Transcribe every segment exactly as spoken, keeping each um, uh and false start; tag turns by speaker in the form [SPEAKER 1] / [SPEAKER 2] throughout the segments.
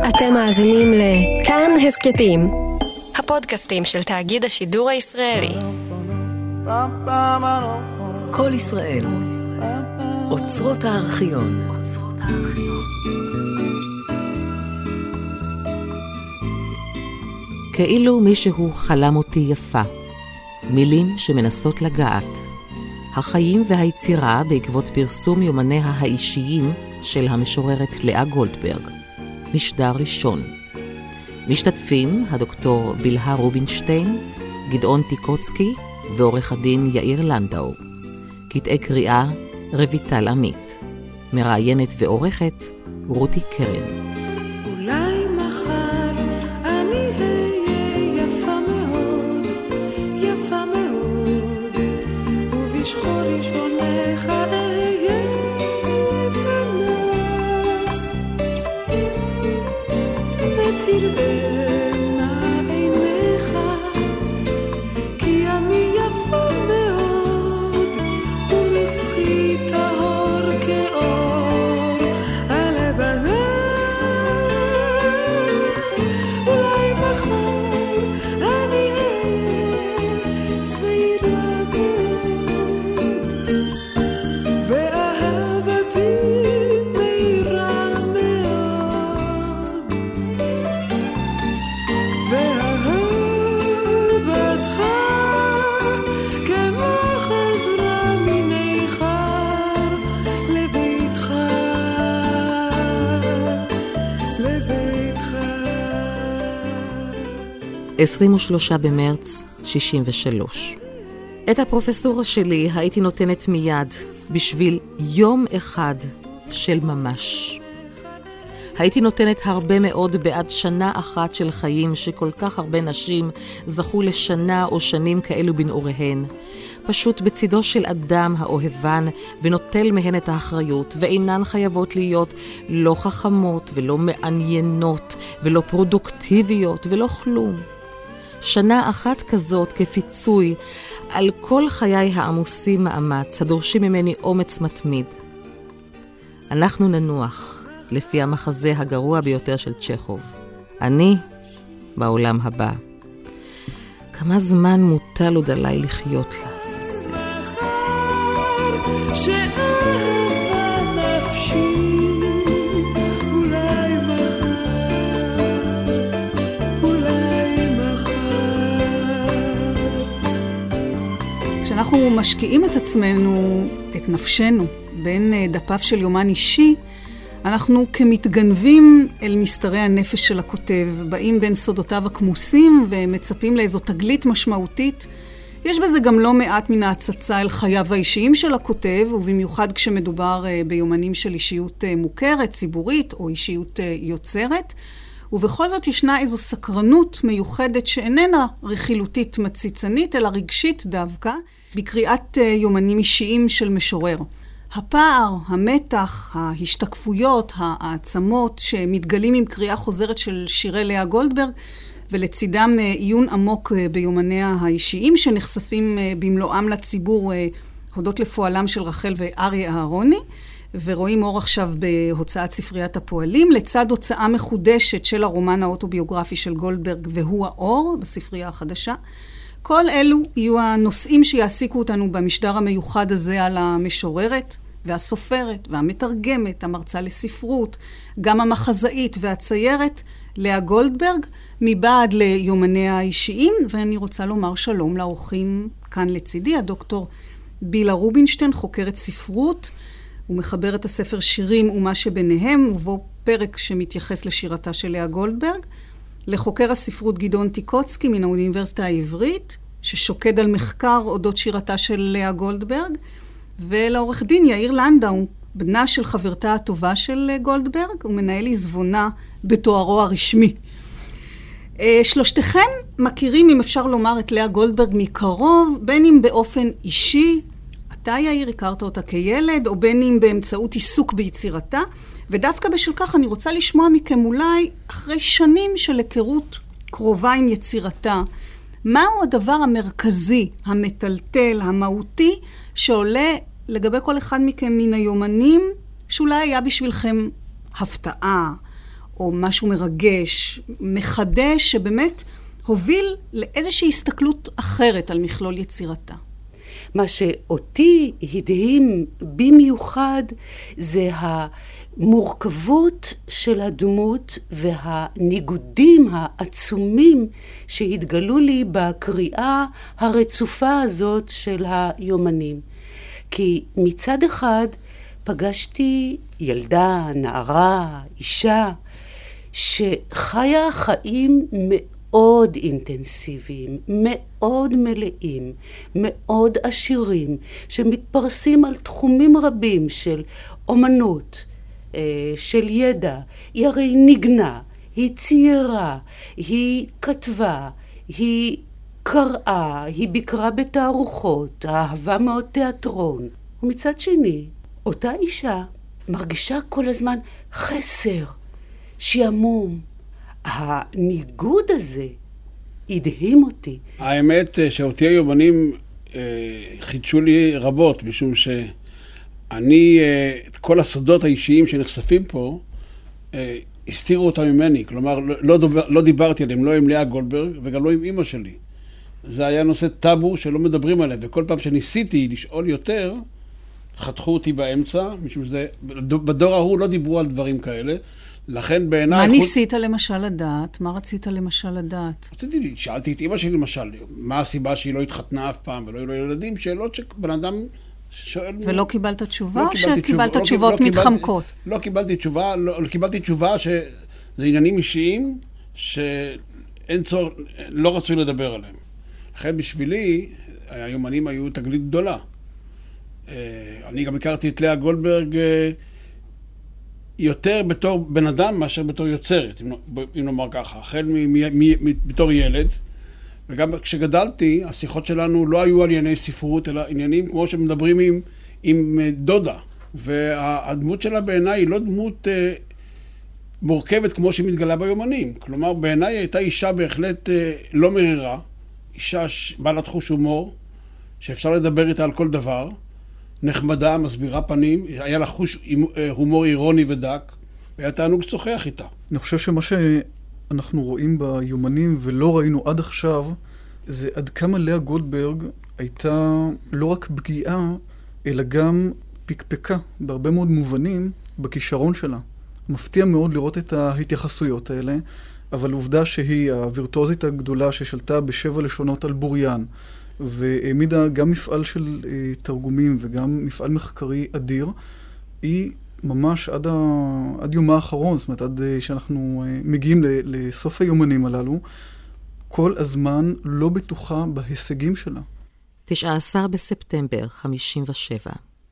[SPEAKER 1] אתם מאזינים לכאן הסקטים, הפודקאסטים של תאגיד השידור הישראלי.
[SPEAKER 2] כל ישראל, אוצרות הארכיון. כאילו מישהו חלם אותי יפה, מילים שמנסות לגעת. החיים והיצירה בעקבות פרסום יומניה האישיים של המשוררת לאה גולדברג. משדר ראשון. משתתפים הדוקטור בלהה רובינשטיין, גדעון טיקוצקי ועורך הדין יאיר לנדאו. קטעי קריאה רויטל עמית. מראיינת ועורכת רותי קרן.
[SPEAKER 3] אולי מחר אני אהיה יפה מאוד, יפה מאוד, ובשחור ראשונך אהיה לפניו, ותראינה עיניך, כי אני יפה מאוד, ומצחי טהור כאור הלבנה. אולי מחר אני אהיה צעירה מאוד, ואהבתי מהירה מאוד, ואהבתך כמו חזרה מניכר לביתך, לביתך.
[SPEAKER 2] עשרים ושלושה במרץ שישים ושלוש. את הפרופסורה שלי הייתי נותנת מיד בשביל יום אחד של ממש. הייתי נותנת הרבה מאוד בעד שנה אחת של חיים שכל כך הרבה נשים זכו לשנה או שנים כאלו בנעוריהן. פשוט בצידו של אדם האוהבן ונוטל מהן את האחריות, ואינן חייבות להיות לא חכמות ולא מעניינות ולא פרודוקטיביות ולא כלום. שנה אחת כזאת כפיצוי על כל חיי העמוסים מאמץ, הדורשים ממני אומץ מתמיד. אנחנו ננוח לפי המחזה הגרוע ביותר של צ'כוב. אני בעולם הבא. כמה זמן מוטל עוד עליי לחיות לה?
[SPEAKER 3] שאהבה נפשי, אולי מחר, אולי מחר.
[SPEAKER 4] כשאנחנו משקיעים את עצמנו, את נפשנו, בין דפיו של יומן אישי, אנחנו כמתגנבים אל מסתרי הנפש של הכותב, באים בין סודותיו הכמוסים ומצפים לאיזו תגלית משמעותית. יש בזה גם לא מעט מן ההצצה אל חייו האישיים של הכותב, ובמיוחד כשמדובר ביומנים של אישיות מוכרת, ציבורית או אישיות יוצרת. ובכל זאת ישנה איזו סקרנות מיוחדת שאיננה רכילותית מציצנית, אלא רגשית דווקא, בקריאת יומנים אישיים של משורר. הפער, המתח, ההשתקפויות, העצמות שמתגלים עם קריאה חוזרת של שירי לאה גולדברג, ולצידם עיון עמוק ביומניה האישיים שנחשפים במלואם לציבור הודות לפועלם של רחל ואריה אהרוני, ורואים אור עכשיו בהוצאת ספריית הפועלים, לצד הוצאה מחודשת של הרומן האוטוביוגרפי של גולדברג והוא האור בספרייה החדשה. כל אלו יהיו הנושאים שיעסיקו אותנו במשדר המיוחד הזה על המשוררת והסופרת והמתרגמת, המרצה לספרות, גם המחזאית והציירת, לאה גולדברג, מבעד ליומניה האישיים, ואני רוצה לומר שלום לאורחים כאן לצידי, הדוקטור בלהה רובינשטיין, חוקרת ספרות, ומחבר את הספר שירים ומה שביניהם, ובו פרק שמתייחס לשירתה של לאה גולדברג, לחוקר הספרות גדעון טיקוצקי מן האוניברסיטה העברית, ששוקד על מחקר אודות שירתה של לאה גולדברג, ולעורך דין יאיר לנדאו, בנה של חברתה הטובה של גולדברג, ומנהל עזבונה בתוארו הרשמי. שלושתכם מכירים, אם אפשר לומר, את לאה גולדברג מקרוב, בין אם באופן אישי, אתה יאיר הכרת אותה כילד, או בין אם באמצעות עיסוק ביצירתה, ודווקא בשל כך אני רוצה לשמוע מכם אולי, אחרי שנים של היכרות קרובה עם יצירתה, מהו הדבר המרכזי, המטלטל, המהותי, שעולה לגבי כל אחד מכם מן היומנים, שאולי היה בשבילכם הפתעה, או משהו מרגש, מחדש, שבאמת הוביל לאיזושהי הסתכלות אחרת על מכלול יצירתה.
[SPEAKER 5] מה שאותי הדהים במיוחד זה המורכבות של הדמות והניגודים העצומים שהתגלו לי בקריאה הרצופה הזאת של היומנים. כי מצד אחד פגשתי ילדה, נערה, אישה, שחיה חיים מאוד אינטנסיביים, מאוד מלאים, מאוד עשירים, שמתפרסים על תחומים רבים של אומנות, של ידע. היא הרי נגנה, היא ציירה, היא כתבה, היא קראה, היא ביקרה בתערוכות, אהבה מאוד תיאטרון. ומצד שני, אותה אישה מרגישה כל הזמן חסר, שעמום. הניגוד הזה הדהים אותי.
[SPEAKER 6] האמת שאותי היומנים אה, חידשו לי רבות, משום שאני, אה, את כל הסודות האישיים שנחשפים פה, אה, הסתירו אותם ממני. כלומר, לא, לא, דובר, לא דיברתי עליהם, לא עם לאה גולדברג וגם לא עם אמא שלי. זה היה נושא טאבו שלא מדברים עליהם, וכל פעם שניסיתי לשאול יותר, חתכו אותי באמצע, משום שזה, בדור ההוא לא דיברו על דברים כאלה, לכן בעיניי...
[SPEAKER 4] מה ניסית למשל לדעת? מה רצית למשל לדעת?
[SPEAKER 6] רציתי, שאלתי את אמא שלי למשל, מה הסיבה שהיא לא התחתנה אף פעם ולא היו לו ילדים? שאלות שבן אדם שואל...
[SPEAKER 4] ולא קיבלת תשובה
[SPEAKER 6] לא
[SPEAKER 4] או שקיבלת
[SPEAKER 6] לא,
[SPEAKER 4] תשובות
[SPEAKER 6] לא,
[SPEAKER 4] מתחמקות?
[SPEAKER 6] לא, לא קיבלתי תשובה, לא, לא קיבלתי תשובה שזה עניינים אישיים שאין צורך, לא רצוי לדבר עליהם. לכן בשבילי, היומנים היו תגלית גדולה. אני גם הכרתי את לאה גולדברג יותר בתור בן אדם מאשר בתור יוצרת, אם נאמר ככה, החל בתור ילד, וגם כשגדלתי, השיחות שלנו לא היו על ענייני ספרות, אלא עניינים כמו שמדברים עם, עם דודה, והדמות שלה בעיניי היא לא דמות אה, מורכבת כמו שמתגלה ביומנים, כלומר בעיניי הייתה אישה בהחלט אה, לא מרירה, אישה בעלת חוש הומור, שאפשר לדבר איתה על כל דבר, נחמדה, מסבירה פנים, היה לה חוש הומור אירוני ודק, והיה תענוג לשוחח איתה.
[SPEAKER 7] אני חושב שמה שאנחנו רואים ביומנים ולא ראינו עד עכשיו, זה עד כמה לאה גולדברג הייתה לא רק פגיעה, אלא גם פקפקה בהרבה מאוד מובנים בכישרון שלה. מפתיע מאוד לראות את ההתייחסויות האלה, אבל עובדה שהיא הווירטואוזית הגדולה ששלטה בשבע לשונות על בוריין, והעמידה גם מפעל של אה, תרגומים וגם מפעל מחקרי אדיר, היא ממש עד, ה... עד יומה האחרון, זאת אומרת, עד אה, שאנחנו אה, מגיעים ל... לסוף היומנים הללו, כל הזמן לא בטוחה בהישגים שלה.
[SPEAKER 2] תשעה עשר בספטמבר חמישים ושבע.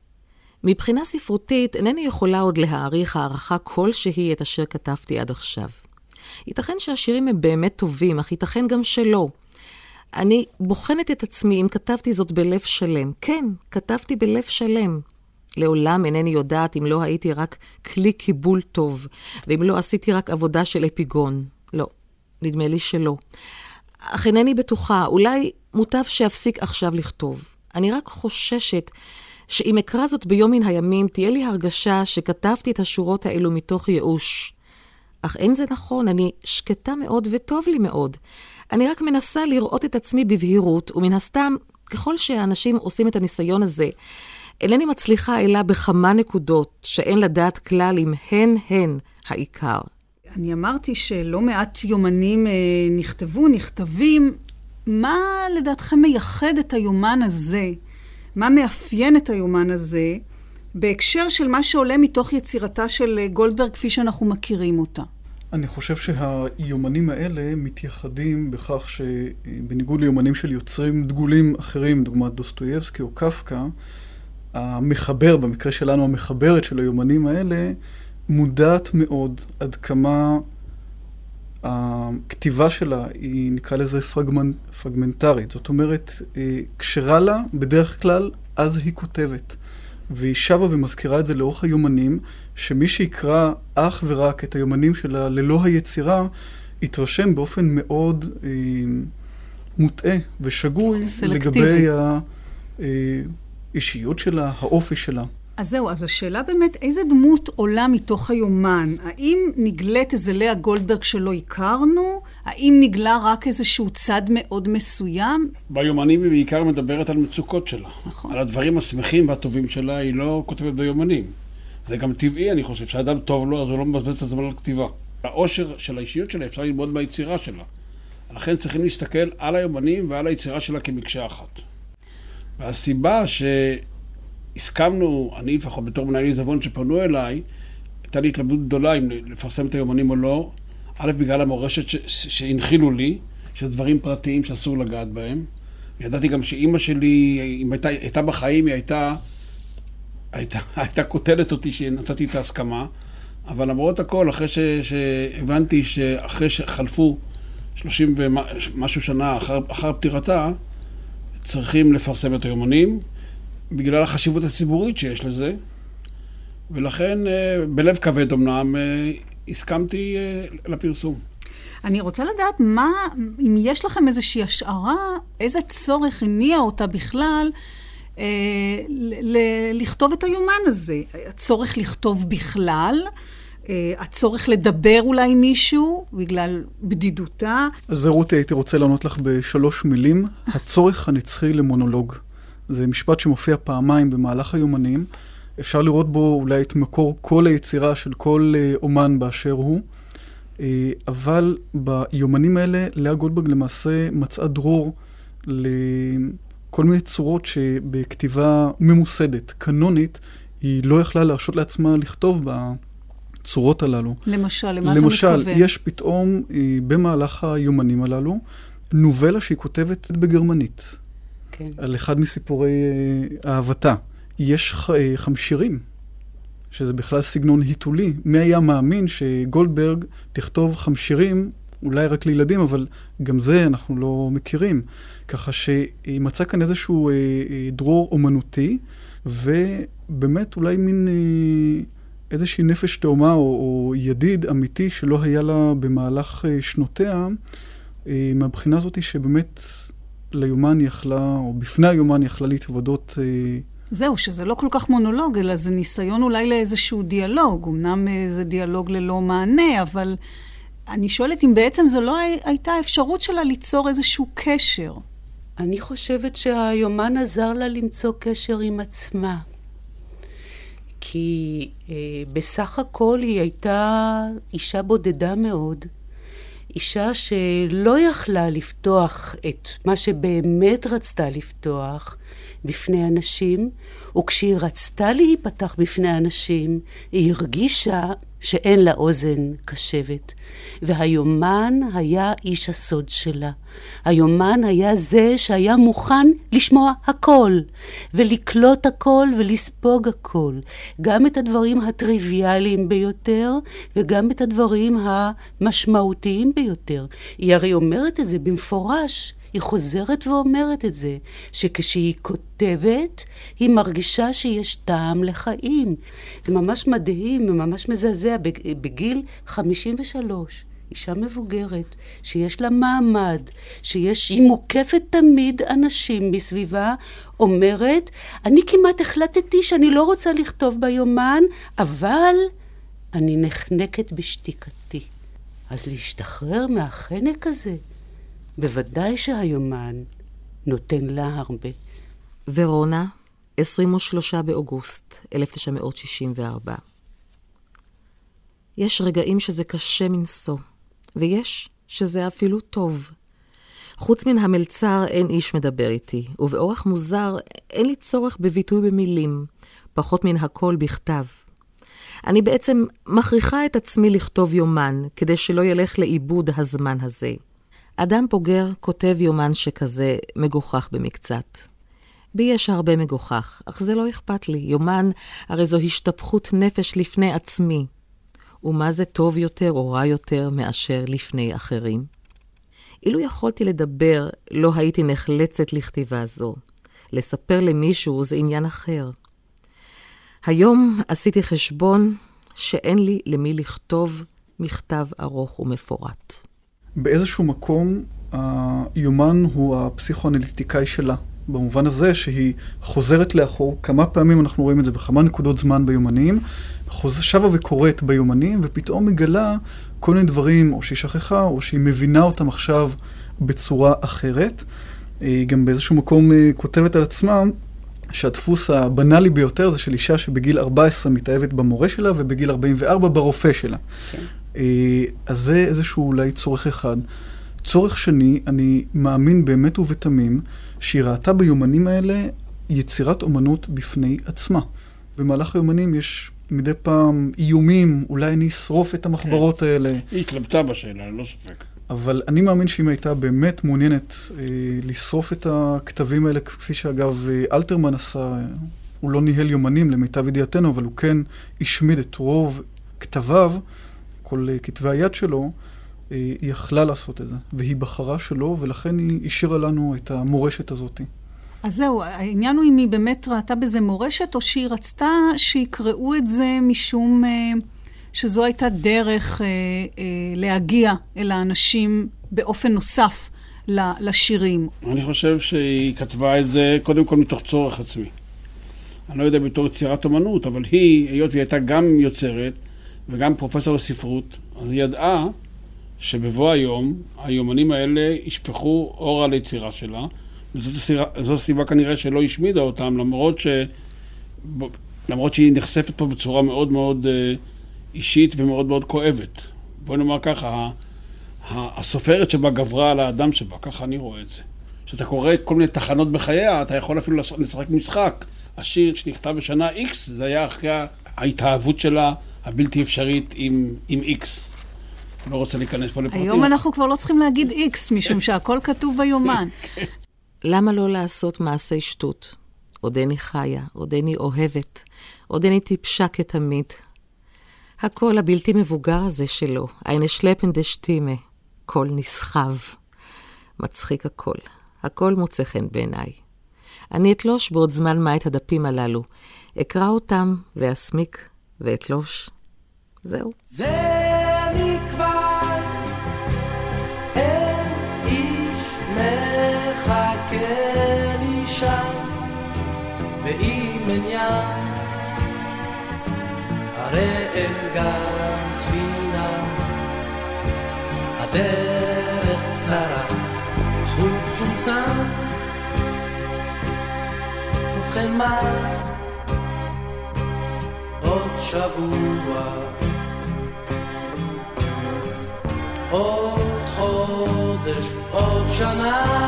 [SPEAKER 2] מבחינה ספרותית אינני יכולה עוד להעריך הערכה כלשהי את אשר כתבתי עד עכשיו. ייתכן שהשירים הם באמת טובים, אך ייתכן גם שלא. אני בוחנת את עצמי אם כתבתי זאת בלב שלם. כן, כתבתי בלב שלם. לעולם אינני יודעת אם לא הייתי רק כלי קיבול טוב, ואם לא עשיתי רק עבודה של אפיגון. לא, נדמה לי שלא. אך אינני בטוחה, אולי מוטב שאפסיק עכשיו לכתוב. אני רק חוששת שאם אקרא זאת ביום מן הימים, תהיה לי הרגשה שכתבתי את השורות האלו מתוך ייאוש. אך אין זה נכון, אני שקטה מאוד וטוב לי מאוד. אני רק מנסה לראות את עצמי בבהירות, ומן הסתם, ככל שהאנשים עושים את הניסיון הזה, אינני מצליחה אלא בכמה נקודות שאין לדעת כלל אם הן הן העיקר.
[SPEAKER 4] אני אמרתי שלא מעט יומנים אה, נכתבו, נכתבים. מה לדעתכם מייחד את היומן הזה? מה מאפיין את היומן הזה בהקשר של מה שעולה מתוך יצירתה של גולדברג כפי שאנחנו מכירים אותה?
[SPEAKER 7] אני חושב שהיומנים האלה מתייחדים בכך שבניגוד ליומנים של יוצרים דגולים אחרים, דוגמת דוסטויבסקי או קפקא, המחבר, במקרה שלנו המחברת של היומנים האלה, מודעת מאוד עד כמה הכתיבה שלה היא, נקרא לזה, פרגמנט, פרגמנטרית. זאת אומרת, כשרה לה, בדרך כלל, אז היא כותבת. והיא שבה ומזכירה את זה לאורך היומנים, שמי שיקרא אך ורק את היומנים שלה ללא היצירה, יתרשם באופן מאוד אה, מוטעה ושגוי לגבי האישיות שלה, האופי שלה.
[SPEAKER 4] אז זהו, אז השאלה באמת, איזה דמות עולה מתוך היומן? האם נגלית איזה לאה גולדברג שלא הכרנו? האם נגלה רק איזשהו צד מאוד מסוים?
[SPEAKER 6] ביומנים היא בעיקר מדברת על מצוקות שלה.
[SPEAKER 4] נכון.
[SPEAKER 6] על הדברים השמחים והטובים שלה היא לא כותבת ביומנים. זה גם טבעי, אני חושב, שאדם טוב לו, אז הוא לא מבזבז את הזמן על כתיבה. העושר של האישיות שלה אפשר ללמוד מהיצירה שלה. לכן צריכים להסתכל על היומנים ועל היצירה שלה כמקשה אחת. והסיבה שהסכמנו, אני לפחות בתור מנהל עיזבון שפנו אליי, הייתה לי התלבטות גדולה אם לפרסם את היומנים או לא. א', בגלל המורשת שהנחילו לי, שזה דברים פרטיים שאסור לגעת בהם. ידעתי גם שאימא שלי, אם הייתה, הייתה בחיים, היא הייתה, הייתה, הייתה כותלת אותי שנתתי את ההסכמה. אבל למרות הכל, אחרי ש, שהבנתי שאחרי שחלפו שלושים ומשהו שנה אחר, אחר פטירתה, צריכים לפרסם את היומנים, בגלל החשיבות הציבורית שיש לזה, ולכן בלב כבד אמנם הסכמתי לפרסום.
[SPEAKER 4] אני רוצה לדעת מה, אם יש לכם איזושהי השערה, איזה צורך הניע אותה בכלל אה, ל- ל- לכתוב את היומן הזה. הצורך לכתוב בכלל, אה, הצורך לדבר אולי עם מישהו בגלל בדידותה.
[SPEAKER 7] אז רותי, הייתי רוצה לענות לך בשלוש מילים. הצורך הנצחי למונולוג. זה משפט שמופיע פעמיים במהלך היומנים. אפשר לראות בו אולי את מקור כל היצירה של כל אומן באשר הוא. אבל ביומנים האלה, לאה גולדברג למעשה מצאה דרור לכל מיני צורות שבכתיבה ממוסדת, קנונית, היא לא יכלה להרשות לעצמה לכתוב בצורות הללו.
[SPEAKER 4] למשל, למה אתה
[SPEAKER 7] למשל,
[SPEAKER 4] מתכוון?
[SPEAKER 7] יש פתאום במהלך היומנים הללו, נובלה שהיא כותבת בגרמנית.
[SPEAKER 5] כן.
[SPEAKER 7] על אחד מסיפורי אהבתה. יש חמשירים. שזה בכלל סגנון היתולי. מי היה מאמין שגולדברג תכתוב חמשירים, אולי רק לילדים, אבל גם זה אנחנו לא מכירים. ככה שהיא מצאה כאן איזשהו אה, אה, דרור אומנותי, ובאמת אולי מין אה, איזושהי נפש תאומה או, או ידיד אמיתי שלא היה לה במהלך אה, שנותיה, אה, מהבחינה הזאת היא שבאמת ליומן יכלה, או בפני היומן יכלה להתוודות אה,
[SPEAKER 4] זהו, שזה לא כל כך מונולוג, אלא זה ניסיון אולי לאיזשהו דיאלוג. אמנם זה דיאלוג ללא מענה, אבל אני שואלת אם בעצם זו לא הייתה אפשרות שלה ליצור איזשהו קשר.
[SPEAKER 5] אני חושבת שהיומן עזר לה למצוא קשר עם עצמה. כי אה, בסך הכל היא הייתה אישה בודדה מאוד. אישה שלא יכלה לפתוח את מה שבאמת רצתה לפתוח בפני אנשים, וכשהיא רצתה להיפתח בפני אנשים, היא הרגישה שאין לה אוזן קשבת. והיומן היה איש הסוד שלה. היומן היה זה שהיה מוכן לשמוע הכל, ולקלוט הכל ולספוג הכל. גם את הדברים הטריוויאליים ביותר, וגם את הדברים המשמעותיים ביותר. היא הרי אומרת את זה במפורש. היא חוזרת ואומרת את זה, שכשהיא כותבת, היא מרגישה שיש טעם לחיים. זה ממש מדהים וממש מזעזע. בגיל חמישים ושלוש, אישה מבוגרת, שיש לה מעמד, שיש, היא מוקפת תמיד אנשים בסביבה, אומרת, אני כמעט החלטתי שאני לא רוצה לכתוב ביומן, אבל אני נחנקת בשתיקתי. אז להשתחרר מהחנק הזה, בוודאי שהיומן נותן לה הרבה.
[SPEAKER 2] ורונה, עשרים ושלושה באוגוסט אלף תשע מאות שישים וארבע. יש רגעים שזה קשה מנשוא, ויש שזה אפילו טוב. חוץ מן המלצר אין איש מדבר איתי, ובאורח מוזר אין לי צורך בביטוי במילים, פחות מן הכל בכתב. אני בעצם מכריחה את עצמי לכתוב יומן, כדי שלא ילך לאיבוד הזמן הזה. אדם בוגר כותב יומן שכזה מגוחך במקצת. בי יש הרבה מגוחך, אך זה לא אכפת לי. יומן הרי זו השתפכות נפש לפני עצמי. ומה זה טוב יותר או רע יותר מאשר לפני אחרים? אילו יכולתי לדבר, לא הייתי נחלצת לכתיבה זו. לספר למישהו זה עניין אחר. היום עשיתי חשבון שאין לי למי לכתוב מכתב ארוך ומפורט.
[SPEAKER 7] באיזשהו מקום, היומן הוא הפסיכואנליטיקאי שלה. במובן הזה שהיא חוזרת לאחור. כמה פעמים אנחנו רואים את זה בכמה נקודות זמן ביומנים, חוז... שבה וקוראת ביומנים, ופתאום מגלה כל מיני דברים, או שהיא שכחה, או שהיא מבינה אותם עכשיו בצורה אחרת. היא גם באיזשהו מקום כותבת על עצמה, שהדפוס הבנאלי ביותר זה של אישה שבגיל ארבע עשרה מתאהבת במורה שלה, ובגיל ארבעים וארבע ברופא שלה. Okay. אז זה איזשהו אולי צורך אחד. צורך שני, אני מאמין באמת ובתמים, שהיא ראתה ביומנים האלה יצירת אומנות בפני עצמה. במהלך היומנים יש מדי פעם איומים, אולי אני אשרוף את המחברות okay. האלה.
[SPEAKER 6] היא התלבטה בשאלה, לא ספק.
[SPEAKER 7] אבל אני מאמין שאם הייתה באמת מעוניינת אה, לשרוף את הכתבים האלה, כפי שאגב אה, אלתרמן עשה, הוא לא ניהל יומנים למיטב ידיעתנו, אבל הוא כן השמיד את רוב כתביו, כל אה, כתבי היד שלו, אה, היא יכלה לעשות את זה. והיא בחרה שלו, ולכן היא השאירה לנו את המורשת הזאת.
[SPEAKER 4] אז זהו, העניין הוא אם היא באמת ראתה בזה מורשת, או שהיא רצתה שיקראו את זה משום... אה, שזו הייתה דרך אה, אה, להגיע אל האנשים באופן נוסף לשירים.
[SPEAKER 6] אני חושב שהיא כתבה את זה קודם כל מתוך צורך עצמי. אני לא יודע בתור יצירת אומנות, אבל היא, היות והיא הייתה גם יוצרת וגם פרופסור לספרות, אז היא ידעה שבבוא היום היומנים האלה ישפכו אור על היצירה שלה, וזאת הסיבה כנראה שלא השמידה אותם, למרות, ש... למרות שהיא נחשפת פה בצורה מאוד מאוד... אישית ומאוד מאוד כואבת. בואי נאמר ככה, הסופרת שבה גברה על האדם שבה, ככה אני רואה את זה. כשאתה קורא כל מיני תחנות בחייה, אתה יכול אפילו לשחק משחק. השיר שנכתב בשנה X, זה היה אחרי ההתאהבות שלה הבלתי אפשרית עם, עם X. לא רוצה להיכנס פה לפרטים.
[SPEAKER 4] היום אנחנו כבר לא צריכים להגיד X, משום שהכל כתוב ביומן.
[SPEAKER 2] למה לא לעשות מעשי שטות? עודני חיה, עודני אוהבת, עודני טיפשה כתמיד. הקול הבלתי מבוגר הזה שלו, eine schleppende Stimme, קול נסחב. מצחיק הקול. הקול מוצא חן בעיניי. אני אתלוש בעוד זמן מה את הדפים הללו. אקרא אותם ואסמיק ואתלוש. זהו.
[SPEAKER 3] זה מכבר, אין איש מחכה לי שם, ואם עניין הרי אין גם ספינה, הדרך קצרה, החוג צומצם, ובכן מה? עוד שבוע, עוד חודש, עוד שנה,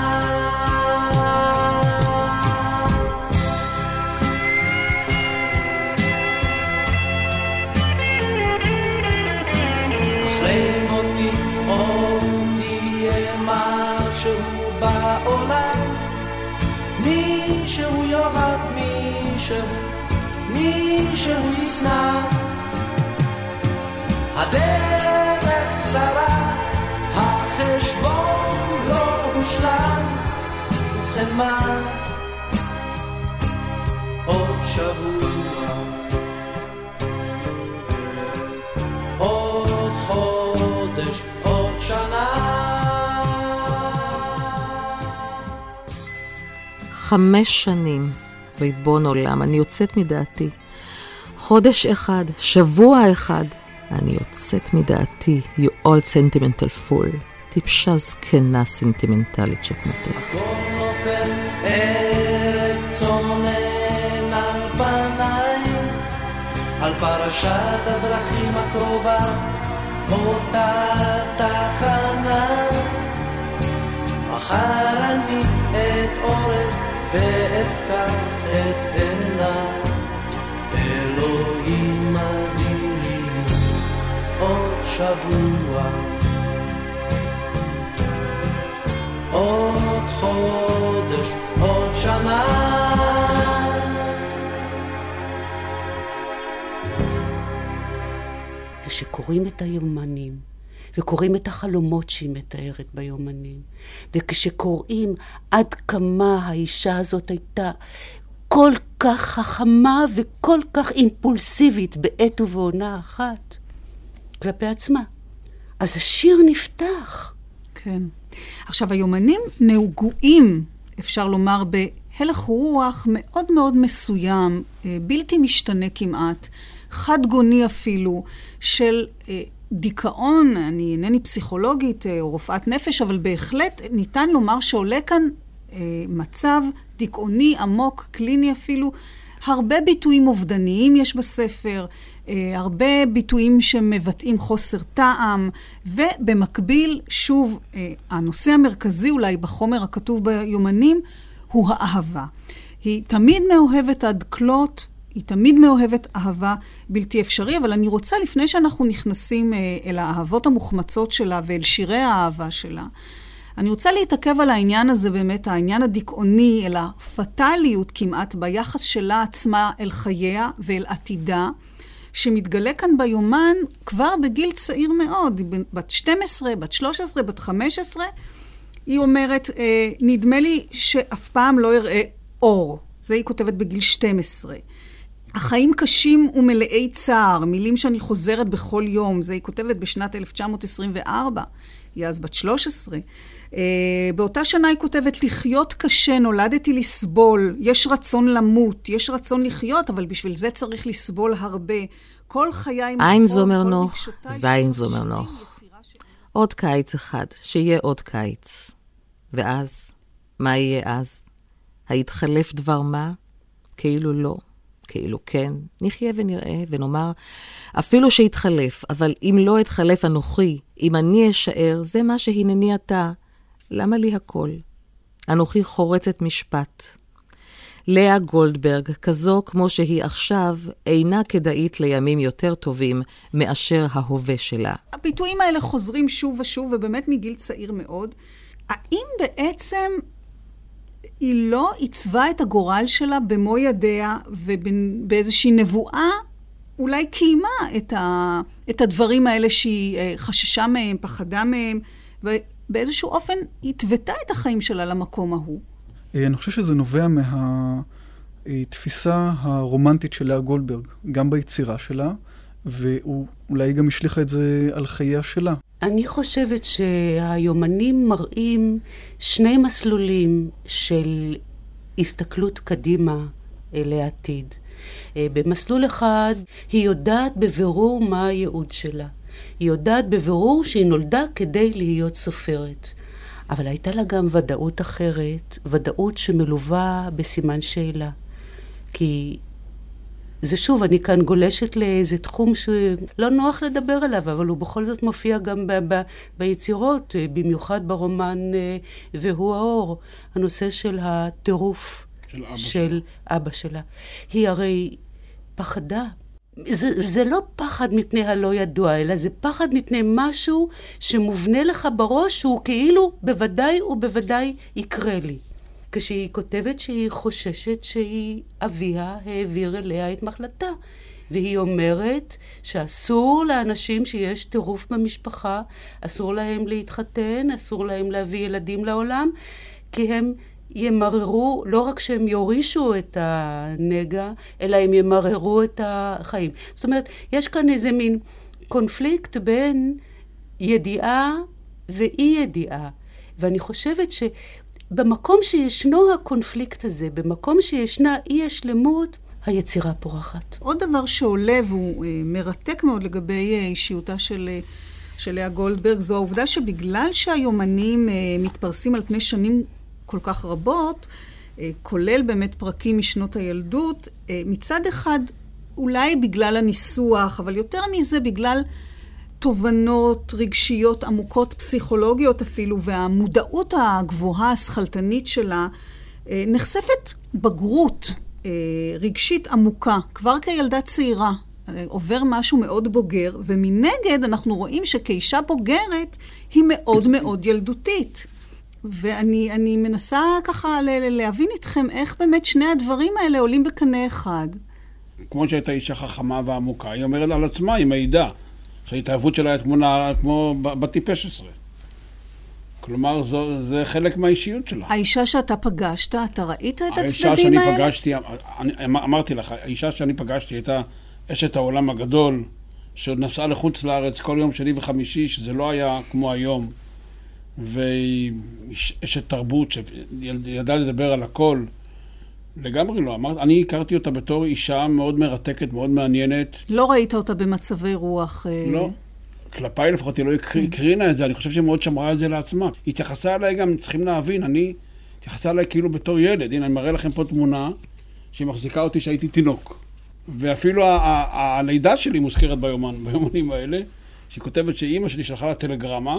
[SPEAKER 3] בעולם מישהו יאהב מישהו, מישהו ישנא, הדרך קצרה, החשבון לא הושלם, ובכן מה? עוד שבוע, עוד חודש, עוד שנה,
[SPEAKER 2] חמש שנים, ריבון עולם, אני יוצאת מדעתי. חודש אחד, שבוע אחד, אני יוצאת מדעתי. You all sentimental fool. טיפשה זקנה סנטימנטלית שכמותך.
[SPEAKER 3] הכל נופל, ערב צונן על פניים, על פרשת הדרכים הקרובה, אותה תחנה. מחר אני את אורך ואפקח את עיניי, אלוהים אדירים, עוד שבוע, עוד חודש, עוד שנה.
[SPEAKER 5] כשקוראים את היומנים וקוראים את החלומות שהיא מתארת ביומנים, וכשקוראים עד כמה האישה הזאת הייתה כל כך חכמה וכל כך אימפולסיבית בעת ובעונה אחת כלפי עצמה, אז השיר נפתח.
[SPEAKER 4] כן. עכשיו, היומנים נהוגויים, אפשר לומר, הלך רוח מאוד מאוד מסוים, בלתי משתנה כמעט, חד גוני אפילו, של דיכאון. אני אינני פסיכולוגית או רופאת נפש, אבל בהחלט ניתן לומר שעולה כאן מצב דיכאוני עמוק, קליני אפילו. הרבה ביטויים אובדניים יש בספר, הרבה ביטויים שמבטאים חוסר טעם, ובמקביל, שוב, הנושא המרכזי אולי בחומר הכתוב ביומנים, הוא האהבה. היא תמיד מאוהבת עד כלות, היא תמיד מאוהבת אהבה בלתי אפשרי, אבל אני רוצה, לפני שאנחנו נכנסים אל האהבות המוחמצות שלה ואל שירי האהבה שלה, אני רוצה להתעכב על העניין הזה באמת, העניין הדיכאוני, אל הפטליות כמעט ביחס שלה עצמה אל חייה ואל עתידה, שמתגלה כאן ביומן כבר בגיל צעיר מאוד, בת שתים עשרה, בת שלוש עשרה, בת חמש עשרה, היא אומרת, נדמה לי שאף פעם לא יראה אור. זה היא כותבת בגיל שתים עשרה. החיים קשים ומלאי צער, מילים שאני חוזרת בכל יום, זה היא כותבת בשנת אלף תשע מאות עשרים וארבע, היא אז בת שלוש עשרה. Uh, באותה שנה היא כותבת, לחיות קשה, נולדתי לסבול, יש רצון למות, יש רצון לחיות, אבל בשביל זה צריך לסבול הרבה. כל חיי...
[SPEAKER 2] אין זומר נוח, זין זומר נוח. עוד קיץ אחד, שיהיה עוד קיץ. ואז, מה יהיה אז? היתחלף דבר מה? כאילו לא, כאילו כן. נחיה ונראה ונאמר, אפילו שיתחלף, אבל אם לא יתחלף אנוכי, אם אני אשאר, זה מה שהנני אתה. למה לי הכל? אנוכי חורצת משפט. לאה גולדברג, כזו כמו שהיא עכשיו, אינה כדאית לימים יותר טובים מאשר ההווה שלה.
[SPEAKER 4] הביטויים האלה חוזרים שוב ושוב, ובאמת מגיל צעיר מאוד. האם בעצם היא לא עיצבה את הגורל שלה במו ידיה, ובאיזושהי נבואה אולי קיימה את, ה, את הדברים האלה שהיא חששה מהם, פחדה מהם, ובאיזשהו אופן התוותה את החיים שלה למקום ההוא?
[SPEAKER 7] אני חושב שזה נובע מהתפיסה הרומנטית של לאה גולדברג, גם ביצירה שלה, ואולי גם השליחה את זה על חייה שלה.
[SPEAKER 5] אני חושבת שהיומנים מראים שני מסלולים של הסתכלות קדימה לעתיד. במסלול אחד היא יודעת בבירור מה הייעוד שלה. היא יודעת בבירור שהיא נולדה כדי להיות סופרת. אבל הייתה לה גם ודאות אחרת, ודאות שמלווה בסימן שאלה. כי זה שוב, אני כאן גולשת לאיזה תחום שלא נוח לדבר עליו, אבל הוא בכל זאת מופיע גם ב- ב- ביצירות, במיוחד ברומן והוא האור, הנושא של הטירוף של אבא, של שלה. אבא שלה. היא הרי פחדה. זה, זה לא פחד מפני הלא ידוע, אלא זה פחד מפני משהו שמובנה לך בראש, שהוא כאילו בוודאי ובוודאי יקרה לי. כשהיא כותבת שהיא חוששת שהיא אביה העביר אליה את מחלתה. והיא אומרת שאסור לאנשים שיש טירוף במשפחה, אסור להם להתחתן, אסור להם להביא ילדים לעולם, כי הם ימררו, לא רק שהם יורישו את הנגע, אלא הם ימררו את החיים. זאת אומרת, יש כאן איזה מין קונפליקט בין ידיעה ואי ידיעה. ואני חושבת ש... במקום שישנו הקונפליקט הזה, במקום שישנה אי השלמות, היצירה פורחת.
[SPEAKER 4] עוד דבר שעולה והוא מרתק מאוד לגבי אישיותה של, של לאה גולדברג, זו העובדה שבגלל שהיומנים מתפרסים על פני שנים כל כך רבות, כולל באמת פרקים משנות הילדות, מצד אחד אולי בגלל הניסוח, אבל יותר מזה בגלל תובנות רגשיות עמוקות, פסיכולוגיות אפילו, והמודעות הגבוהה, השכלתנית שלה, נחשפת בגרות רגשית עמוקה, כבר כילדה צעירה, עובר משהו מאוד בוגר, ומנגד אנחנו רואים שכאישה בוגרת היא מאוד מאוד ילדותית. ואני אני מנסה ככה להבין איתכם איך באמת שני הדברים האלה עולים בקנה אחד.
[SPEAKER 6] כמו שהייתה אישה חכמה ועמוקה, היא אומרת על עצמה, היא מעידה. שההתאהבות שלה כמו, כמו בטיפש עשרה. כלומר, זו, זה חלק מהאישיות שלה.
[SPEAKER 4] האישה שאתה פגשת, אתה ראית את הצדדים האלה?
[SPEAKER 6] האישה שאני פגשתי, אני, אמרתי לך, האישה שאני פגשתי הייתה אשת העולם הגדול, שנסעה לחוץ לארץ כל יום שני וחמישי, שזה לא היה כמו היום. והיא אשת תרבות, שידעה לדבר על הכל. לגמרי לא. אמרת, אני הכרתי אותה בתור אישה מאוד מרתקת, מאוד מעניינת.
[SPEAKER 4] לא ראית אותה במצבי רוח?
[SPEAKER 6] לא. כלפיי לפחות היא לא הקרינה את זה, אני חושב שהיא מאוד שמרה את זה לעצמה. היא התייחסה עליי גם, צריכים להבין, אני התייחסה עליי כאילו בתור ילד. הנה, אני מראה לכם פה תמונה שהיא מחזיקה אותי שהייתי תינוק. ואפילו הלידה שלי מוזכרת ביומן, ביומנים האלה, שהיא כותבת שאימא שלי שלחה לה טלגרמה,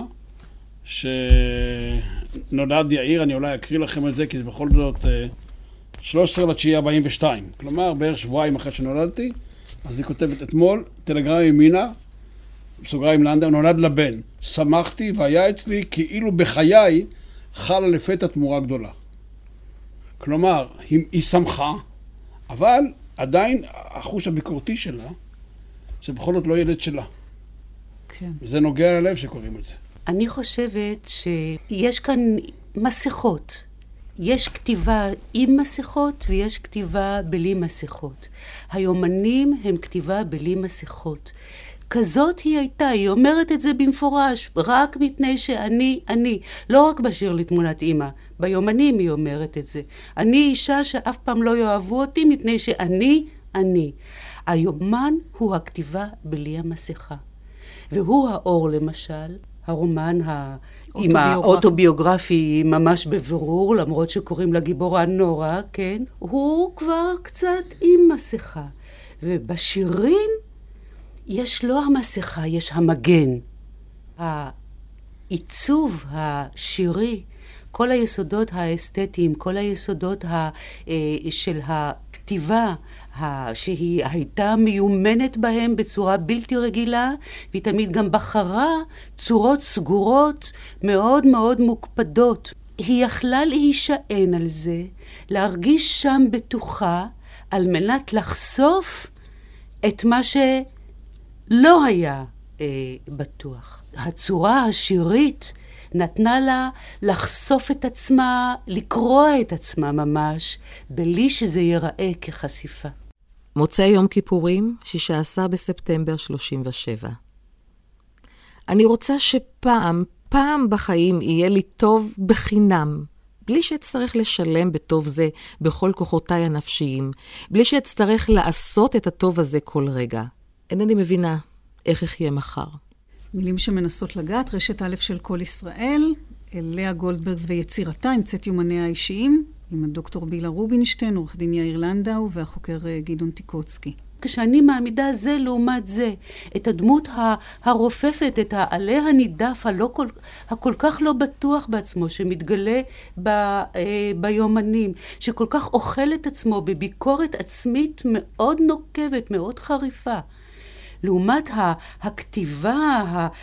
[SPEAKER 6] שנולד יאיר, אני אולי אקריא לכם את זה, כי זה בכל זאת שלושה עשר לתשיעי ארבעים ושתיים. כלומר, בערך שבועיים אחרי שנולדתי, אז היא כותבת אתמול, טלגרמה ימינה, בסוגריים לנדה, נולד לבן. שמחתי והיה אצלי כאילו בחיי חלה לפתע תמורה גדולה. כלומר, היא, היא שמחה, אבל עדיין החוש הביקורתי שלה, זה בכל זאת לא ילד שלה.
[SPEAKER 4] כן.
[SPEAKER 6] וזה נוגע ללב שקוראים את זה.
[SPEAKER 5] אני חושבת שיש כאן מסכות. יש כתיבה עם מסכות ויש כתיבה בלי מסכות. היומנים הם כתיבה בלי מסכות. כזאת היא הייתה, היא אומרת את זה במפורש, רק מפני שאני, אני, לא רק בשיר לתמונת אמא, ביומנים היא אומרת את זה. אני אישה שאף פעם לא יאהבו אותי מפני שאני, אני. היומן הוא הכתיבה בלי המסכה. והוא האור למשל, הרומן עם האוטוביוגרפי ממש בבירור, למרות שקוראים לה גיבורה נורא, כן? הוא כבר קצת עם מסכה. ובשירים יש לא המסכה, יש המגן. העיצוב השירי, כל היסודות האסתטיים, כל היסודות ה, של הכתיבה, שהיא הייתה מיומנת בהם בצורה בלתי רגילה, והיא תמיד גם בחרה צורות סגורות מאוד מאוד מוקפדות. היא יכלה להישען על זה, להרגיש שם בטוחה, על מנת לחשוף את מה שלא היה אה, בטוח. הצורה השירית נתנה לה לחשוף את עצמה, לקרוא את עצמה ממש, בלי שזה ייראה כחשיפה.
[SPEAKER 2] מוצאי יום כיפורים, שישה עשר בספטמבר שלושים ושבע. אני רוצה שפעם, פעם בחיים יהיה לי טוב בחינם, בלי שאצטרך לשלם בטוב זה בכל כוחותיי הנפשיים, בלי שאצטרך לעשות את הטוב הזה כל רגע. אינני מבינה איך יחיה מחר.
[SPEAKER 4] מילים שמנסות לגעת, רשת א' של כל ישראל, לאה גולדברג ויצירתה, המצאת יומניה האישיים, עם הדוקטור בילה רובינשטיין, עורך דין יאיר לנדאו והחוקר גדעון טיקוצקי.
[SPEAKER 5] כשאני מעמידה זה לעומת זה, את הדמות הרופפת, את העלה הנידף, הלא כל, הכל כך לא בטוח בעצמו, שמתגלה ב, אה, ביומנים, שכל כך אוכל את עצמו בביקורת עצמית מאוד נוקבת, מאוד חריפה. לעומת הכתיבה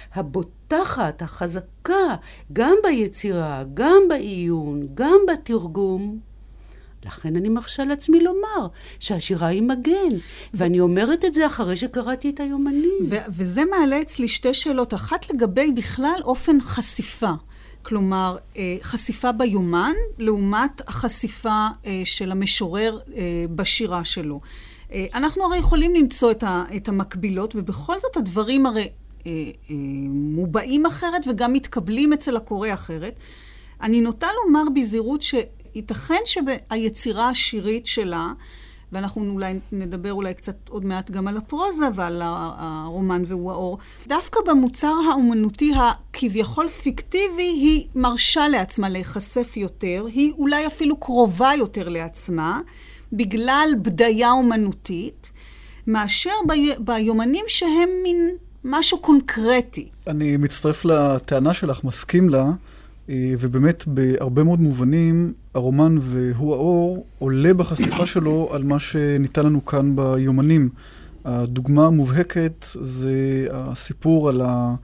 [SPEAKER 5] הבוטחת, החזקה, גם ביצירה, גם בעיון, גם בתרגום. לכן אני מרשה לעצמי לומר שהשירה היא מגן, ואני אומרת את זה אחרי שקראתי את היומנים.
[SPEAKER 4] ו- וזה מעלה אצלי שתי שאלות, אחת לגבי בכלל אופן חשיפה. כלומר, חשיפה ביומן, לעומת החשיפה של המשורר בשירה שלו. אנחנו הרי יכולים למצוא את, ה, את המקבילות, ובכל זאת הדברים הרי אה, אה, מובעים אחרת וגם מתקבלים אצל הקורא אחרת. אני נוטה לומר בזהירות שייתכן שהיצירה השירית שלה, ואנחנו אולי נדבר אולי קצת עוד מעט גם על הפרוזה ועל הרומן והוא האור, דווקא במוצר האומנותי הכביכול פיקטיבי היא מרשה לעצמה להיחשף יותר, היא אולי אפילו קרובה יותר לעצמה, בגלל בדיה אומנותית, מאשר בי, ביומנים שהם מין משהו קונקרטי.
[SPEAKER 7] אני מצטרף לטענה שלך, מסכים לה, ובאמת בהרבה מאוד מובנים, הרומן והוא האור עולה בחשיפה שלו על מה שניתן לנו כאן ביומנים. הדוגמה המובהקת זה הסיפור על, ה,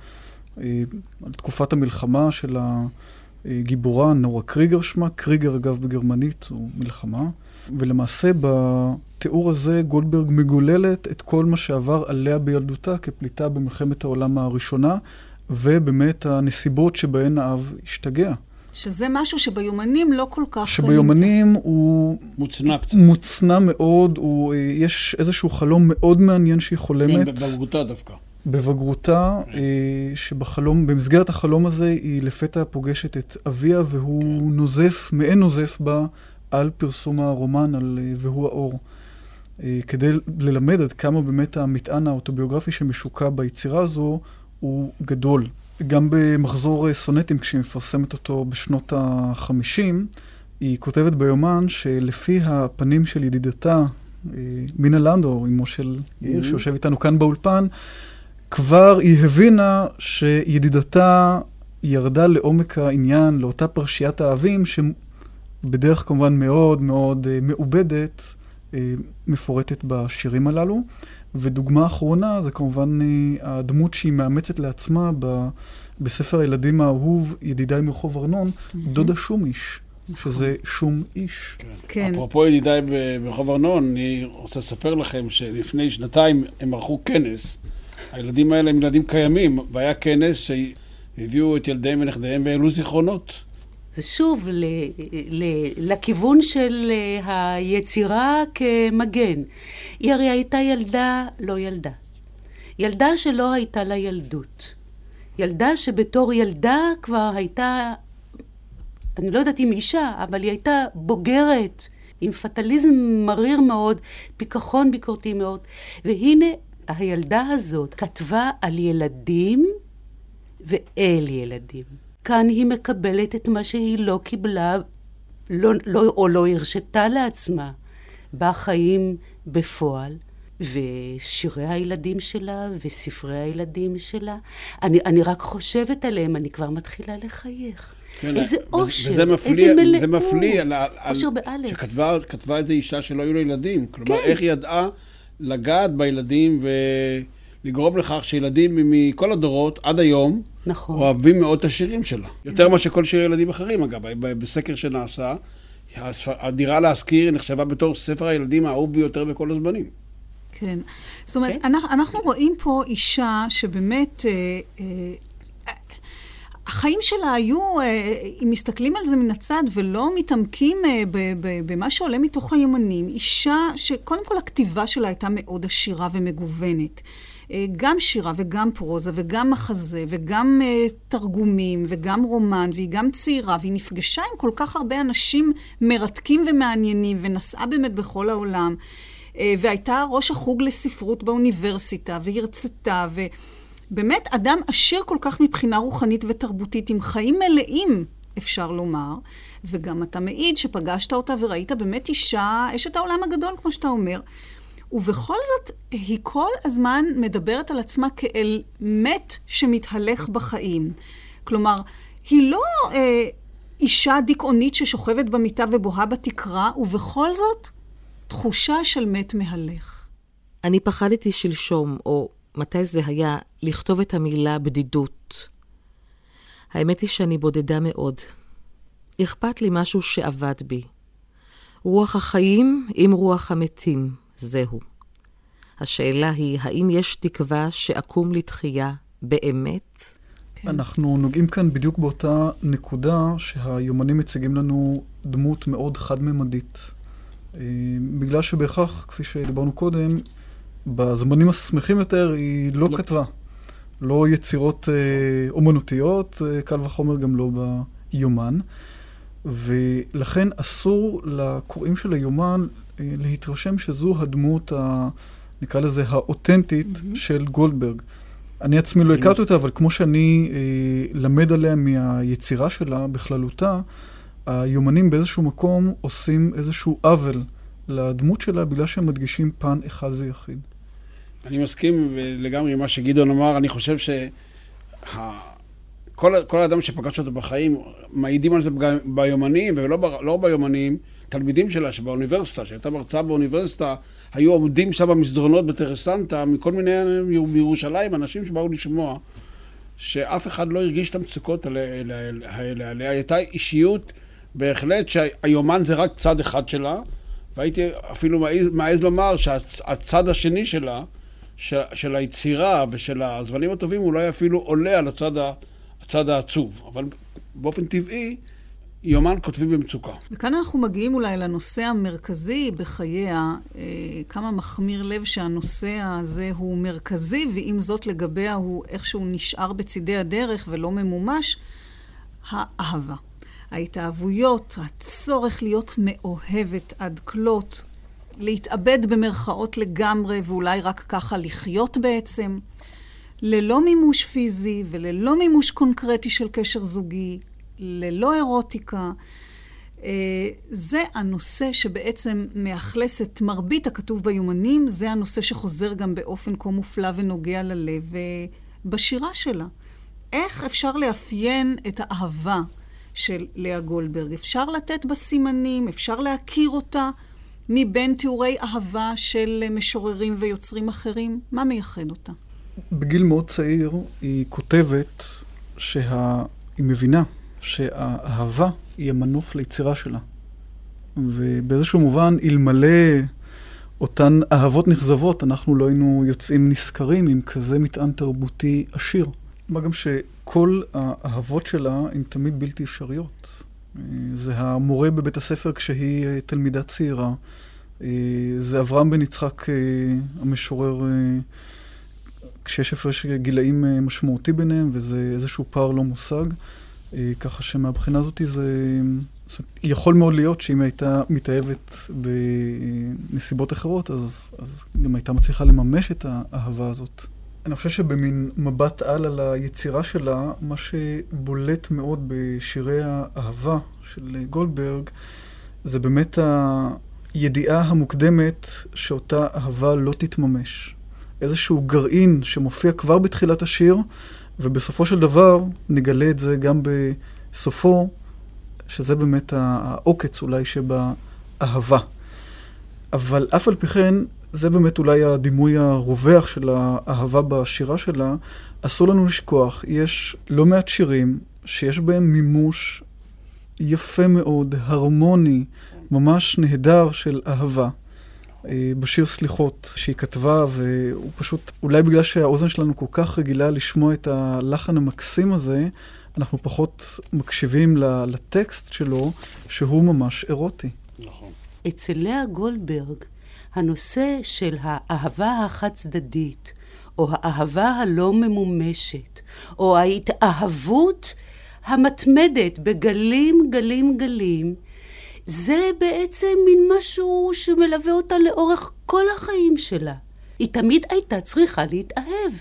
[SPEAKER 7] על תקופת המלחמה של הגיבורה, נורה קריגר שמה, קריגר אגב בגרמנית הוא מלחמה. ולמעשה בתיאור הזה גולדברג מגוללת את כל מה שעבר עליה בילדותה כפליטה במלחמת העולם הראשונה, ובאמת הנסיבות שבהן האב השתגע.
[SPEAKER 4] שזה משהו שביומנים לא כל כך...
[SPEAKER 7] שביומנים הוא...
[SPEAKER 6] מוצנע קצת.
[SPEAKER 7] מוצנע מאוד, הוא, יש איזשהו חלום מאוד מעניין שהיא חולמת.
[SPEAKER 6] כן, בבגרותה דווקא.
[SPEAKER 7] בבגרותה, כן. שבחלום, במסגרת החלום הזה היא לפתע פוגשת את אביה, והוא כן. נוזף, מעין נוזף בה, על פרסום הרומן על והוא האור, כדי ללמד עד כמה באמת המטען האוטוביוגרפי שמשוקע ביצירה הזו הוא גדול. גם במחזור סונטים, כשהיא מפרסמת אותו בשנות ה-חמישים, היא כותבת ביומן שלפי הפנים של ידידתה, מינה לנדאו, אמו של יאיר, שיושב איתנו כאן באולפן, כבר היא הבינה שידידתה ירדה לעומק העניין, לאותה פרשיית האהבים, שבדרך כמובן מאוד מאוד מעובדת, מפורטת בשירים הללו. ודוגמה אחרונה זה כמובן הדמות שהיא מאמצת לעצמה ב, בספר הילדים האהוב, ידידיי מרחוב ארנון, mm-hmm. דודה שום איש, נכון. שזה שום איש. כן.
[SPEAKER 4] כן.
[SPEAKER 6] אפרופו ידידיי מרחוב ארנון, אני רוצה לספר לכם שלפני שנתיים הם ערכו כנס. הילדים האלה הם ילדים קיימים, והיה כנס שהביאו את ילדיהם ונכדיהם והעלו זיכרונות.
[SPEAKER 5] זה שוב ל, ל, לכיוון של היצירה כמגן. היא הרי הייתה ילדה, לא ילדה. ילדה שלא הייתה לה ילדות. ילדה שבתור ילדה כבר הייתה, אני לא יודעת אם אישה, אבל היא הייתה בוגרת, עם פטליזם מריר מאוד, פיקחון ביקורתי מאוד. והנה הילדה הזאת כתבה על ילדים ואל ילדים. כאן היא מקבלת את מה שהיא לא קיבלה, לא, לא, או לא הרשתה לעצמה, בחיים בפועל, ושירי הילדים שלה, וספרי הילדים שלה. אני, אני רק חושבת עליהם, אני כבר מתחילה לחייך. כן, איזה אושר,
[SPEAKER 6] וזה מפליא,
[SPEAKER 5] איזה מלאות.
[SPEAKER 6] זה מפליא על,
[SPEAKER 5] אושר באלף.
[SPEAKER 6] שכתבה כתבה איזו אישה שלא היו לה ילדים. כלומר,
[SPEAKER 5] כן.
[SPEAKER 6] איך היא ידעה לגעת בילדים ולגרום לכך שילדים מכל הדורות עד היום,
[SPEAKER 5] נכון.
[SPEAKER 6] אוהבים מאוד את השירים שלה. יותר מה שכל שירי ילדים אחרים, אגב. בסקר שנעשה, הדירה להזכיר נחשבה בתור ספר הילדים האהוב ביותר בכל הזמנים.
[SPEAKER 4] כן. זאת אומרת,
[SPEAKER 5] כן?
[SPEAKER 4] אנחנו, אנחנו רואים פה אישה שבאמת, אה, אה, החיים שלה היו, אה, אם מסתכלים על זה מן הצד ולא מתעמקים אה, ב, ב, במה שעולה מתוך היומנים, אישה שקודם כל הכתיבה שלה הייתה מאוד עשירה ומגוונת. גם שירה וגם פרוזה וגם מחזה וגם uh, תרגומים וגם רומן, והיא גם צעירה, והיא נפגשה עם כל כך הרבה אנשים מרתקים ומעניינים, ונסעה באמת בכל העולם, uh, והייתה ראש החוג לספרות באוניברסיטה, והרצתה, ובאמת אדם עשיר כל כך מבחינה רוחנית ותרבותית, עם חיים מלאים, אפשר לומר, וגם אתה מעיד שפגשת אותה וראית באמת אישה, אשת העולם הגדול, כמו שאתה אומר, ובכל זאת, היא כל הזמן מדברת על עצמה כאל מת שמתהלך בחיים. כלומר, היא לא אה, אישה דיכאונית ששוכבת במיטה ובוהה בתקרה, ובכל זאת, תחושה של מת מהלך.
[SPEAKER 2] אני פחדתי שלשום, או מתי זה היה, לכתוב את המילה בדידות. האמת היא שאני בודדה מאוד. אכפת לי משהו שעבד בי. רוח החיים עם רוח המתים. זהו. השאלה היא, האם יש תקווה שאקום לתחייה באמת?
[SPEAKER 7] כן. אנחנו נוגעים כאן בדיוק באותה נקודה שהיומנים מציגים לנו דמות מאוד חד-ממדית. בגלל שבהכרח, כפי שדיברנו קודם, בזמנים השמחים יותר היא לא, לא. כתבה. לא יצירות אה, אומנותיות, אה, קל וחומר גם לא ביומן. ולכן אסור לקוראים של היומן להתרשם שזו הדמות, ה, נקרא לזה, האותנטית mm-hmm. של גולדברג. אני עצמי לא הכרתי אותה, אבל כמו שאני אה, למד עליה מהיצירה שלה בכללותה, היומנים באיזשהו מקום עושים איזשהו עוול לדמות שלה, בגלל שהם מדגישים פן אחד ויחיד.
[SPEAKER 6] אני מסכים לגמרי עם מה שגדעון אמר. אני חושב שה... כל, כל האדם שפגש אותו בחיים, מעידים על זה ביומנים, ולא לא ביומנים, תלמידים שלה שבאוניברסיטה, שהייתה מרצה באוניברסיטה, היו עומדים שם במסדרונות בטרסנטה, מכל מיני בירושלים, אנשים שבאו לשמוע, שאף אחד לא הרגיש את המצוקות האלה. עליה הייתה אישיות בהחלט שהיומן זה רק צד אחד שלה, והייתי אפילו מעז, מעז לומר שהצד השני שלה, של, של היצירה ושל הזמנים הטובים, אולי אפילו עולה על הצד ה... הצד העצוב, אבל באופן טבעי, יומן כותבים במצוקה.
[SPEAKER 4] וכאן אנחנו מגיעים אולי לנושא המרכזי בחייה, אה, כמה מחמיר לב שהנושא הזה הוא מרכזי, ועם זאת לגביה הוא איכשהו נשאר בצידי הדרך ולא ממומש, האהבה. ההתאהבויות, הצורך להיות מאוהבת עד כלות, להתאבד במרכאות לגמרי ואולי רק ככה לחיות בעצם, ללא מימוש פיזי וללא מימוש קונקרטי של קשר זוגי, ללא אירוטיקה. זה הנושא שבעצם מאכלס את מרבית הכתוב ביומנים, זה הנושא שחוזר גם באופן כה מופלא ונוגע ללב בשירה שלה. איך אפשר לאפיין את האהבה של לאה גולדברג? אפשר לתת בה סימנים, אפשר להכיר אותה מבין תיאורי אהבה של משוררים ויוצרים אחרים? מה מייחד אותה?
[SPEAKER 7] בגיל מאוד צעיר היא כותבת שהיא מבינה שהאהבה היא המנוף ליצירה שלה. ובאיזשהו מובן, אלמלא אותן אהבות נכזבות, אנחנו לא היינו יוצאים נזכרים עם כזה מטען תרבותי עשיר. מה גם שכל האהבות שלה הן תמיד בלתי אפשריות. זה המורה בבית הספר כשהיא תלמידה צעירה. זה אברהם בן יצחק, המשורר, כשיש הפרש גילאים משמעותי ביניהם, וזה איזשהו פער לא מושג. ככה שמהבחינה הזאת זה יכול מאוד להיות שאם הייתה מתאהבת בנסיבות אחרות, אז, אז גם הייתה מצליחה לממש את האהבה הזאת. אני חושב שבמין מבט על על היצירה שלה, מה שבולט מאוד בשירי האהבה של גולדברג, זה באמת הידיעה המוקדמת שאותה אהבה לא תתממש. איזשהו גרעין שמופיע כבר בתחילת השיר, ובסופו של דבר נגלה את זה גם בסופו, שזה באמת העוקץ אולי שבאהבה. אבל אף על פי כן, זה באמת אולי הדימוי הרווח של האהבה בשירה שלה. אסור לנו לשכוח, יש לא מעט שירים שיש בהם מימוש יפה מאוד, הרמוני, ממש נהדר של אהבה. בשיר סליחות שהיא כתבה, והוא פשוט, אולי בגלל שהאוזן שלנו כל כך רגילה לשמוע את הלחן המקסים הזה, אנחנו פחות מקשיבים לטקסט שלו, שהוא ממש אירוטי.
[SPEAKER 6] נכון.
[SPEAKER 5] אצל לאה גולדברג, הנושא של האהבה החד-צדדית, או האהבה הלא ממומשת, או ההתאהבות המתמדת בגלים, גלים, גלים, זה בעצם מין משהו שמלווה אותה לאורך כל החיים שלה. היא תמיד הייתה צריכה להתאהב.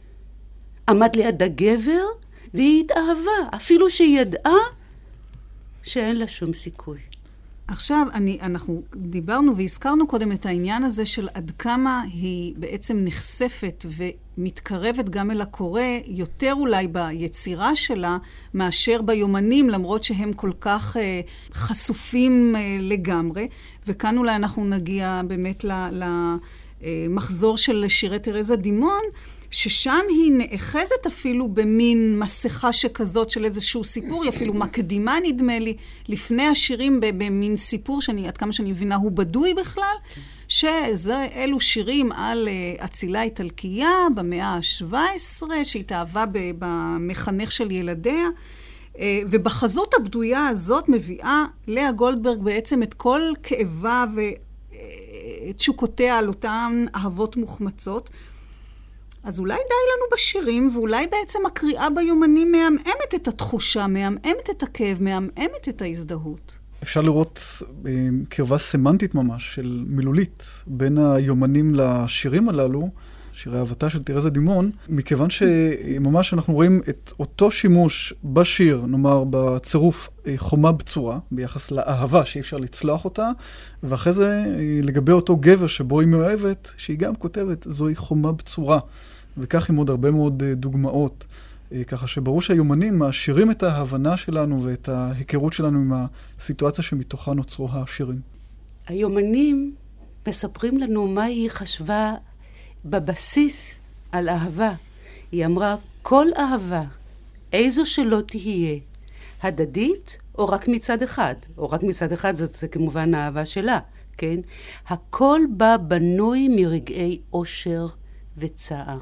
[SPEAKER 5] עמד לידה גבר והיא התאהבה, אפילו שהיא ידעה שאין לה שום סיכוי.
[SPEAKER 4] עכשיו, אני, אנחנו דיברנו והזכרנו קודם את העניין הזה של עד כמה היא בעצם נחשפת ומתקרבת גם אל הקורא, יותר אולי ביצירה שלה מאשר ביומנים, למרות שהם כל כך אה, חשופים אה, לגמרי. וכאן אולי אנחנו נגיע באמת למחזור של שירי תרזה דימון, ששם היא נאחזת אפילו במין מסכה שכזאת של איזשהו סיפור, היא אפילו מקדימה נדמה לי, לפני השירים במין סיפור, שאני, עד כמה שאני מבינה, הוא בדוי בכלל, שאלו שירים על אצילה איטלקייה במאה ה-שבע עשרה, שהתאהבה במחנך של ילדיה, ובחזות הבדויה הזאת מביאה לאה גולדברג בעצם את כל כאבה ותשוקותיה על אותן אהבות מוחמצות. אז אולי די לנו בשירים, ואולי בעצם הקריאה ביומנים מאממת את התחושה, מאממת את הכאב, מאממת את ההזדהות.
[SPEAKER 7] אפשר לראות אה, קרבה סמנטית ממש, של מילולית, בין היומנים לשירים הללו, שירי אהבתה של תרזה דימון, מכיוון שממש אנחנו רואים את אותו שימוש בשיר, נאמר בצירוף אה, חומה בצורה, ביחס לאהבה שאי אפשר לצלוח אותה, ואחרי זה אה, לגבי אותו גבר שבו היא מאוהבת, שהיא גם כותבת, זוהי חומה בצורה. וכך עם עוד הרבה מאוד דוגמאות. ככה שברור שהיומנים מעשירים את ההבנה שלנו ואת ההיכרות שלנו עם הסיטואציה שמתוכה נוצרו השירים.
[SPEAKER 5] היומנים מספרים לנו מה היא חשבה בבסיס על אהבה. היא אמרה, כל אהבה, איזו שלא תהיה, הדדית או רק מצד אחד, או רק מצד אחד זאת זה כמובן האהבה שלה, כן? הכל בה בנוי מרגעי אושר וצער.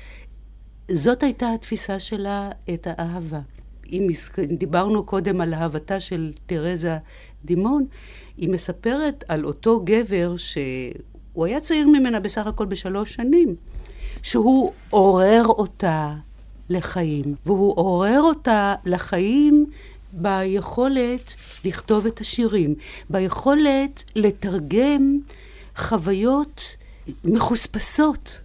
[SPEAKER 5] זאת הייתה התפיסה שלה את האהבה. אם דיברנו קודם על אהבתה של תרזה דימון, היא מספרת על אותו גבר שהוא היה צעיר ממנה בסך הכל בשלוש שנים, שהוא עורר אותה לחיים, והוא עורר אותה לחיים ביכולת לכתוב את השירים, ביכולת לתרגם חוויות מחוספסות,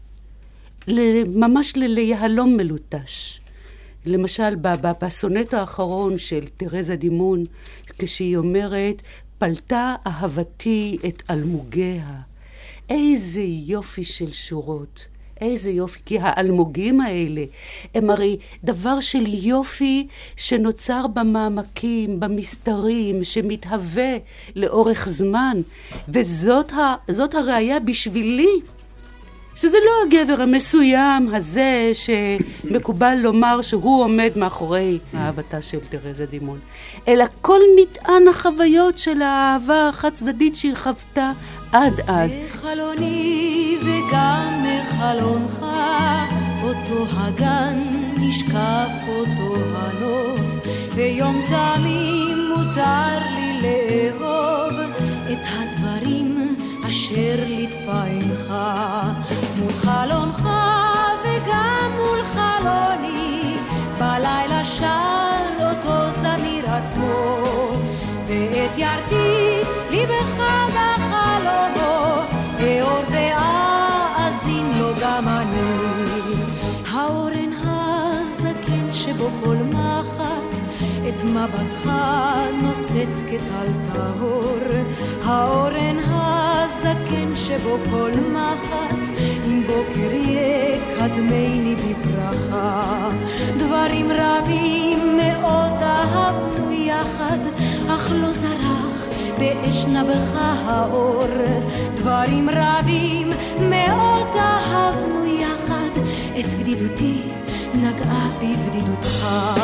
[SPEAKER 5] ממש ליהלום מלוטש. למשל, בסונט האחרון של תרזה דימון, כשהיא אומרת, פלטה אהבתי את אלמוגיה. איזה יופי של שורות, איזה יופי, כי האלמוגים האלה הם הרי דבר של יופי שנוצר במעמקים, במסתרים, שמתהווה לאורך זמן, וזאת ה, זאת הראיה בשבילי, שזה לא הגבר המסוים הזה שמקובל לומר שהוא עומד מאחורי אהבתה של תרזה דימון, אלא כל מטען החוויות של האהבה החד צדדית שהיא חוותה עד אז.
[SPEAKER 8] מחלוני וגם מחלונך, אותו הגן נשקף אותו הנוף, ויום תמים מותר לי לאהוב את הדברים אשר לטפה עינך. מול חלונך וגם מול חלוני, בלילה שר אותו זמיר עצמו, ואת ירתי ליבך בחלומו, אור ואזין לו גם אני. האורן הזקן שבו כל מחט, את מבטך נושאת כטל טהור. האורן הזקן שבו כל מחט, אם בוקר יקדמני בברכה. דברים רבים מאוד אהבנו יחד, אך לא זרח באש נבך האור. דברים רבים מאוד אהבנו יחד, את בדידותי נגעה בבדידותך.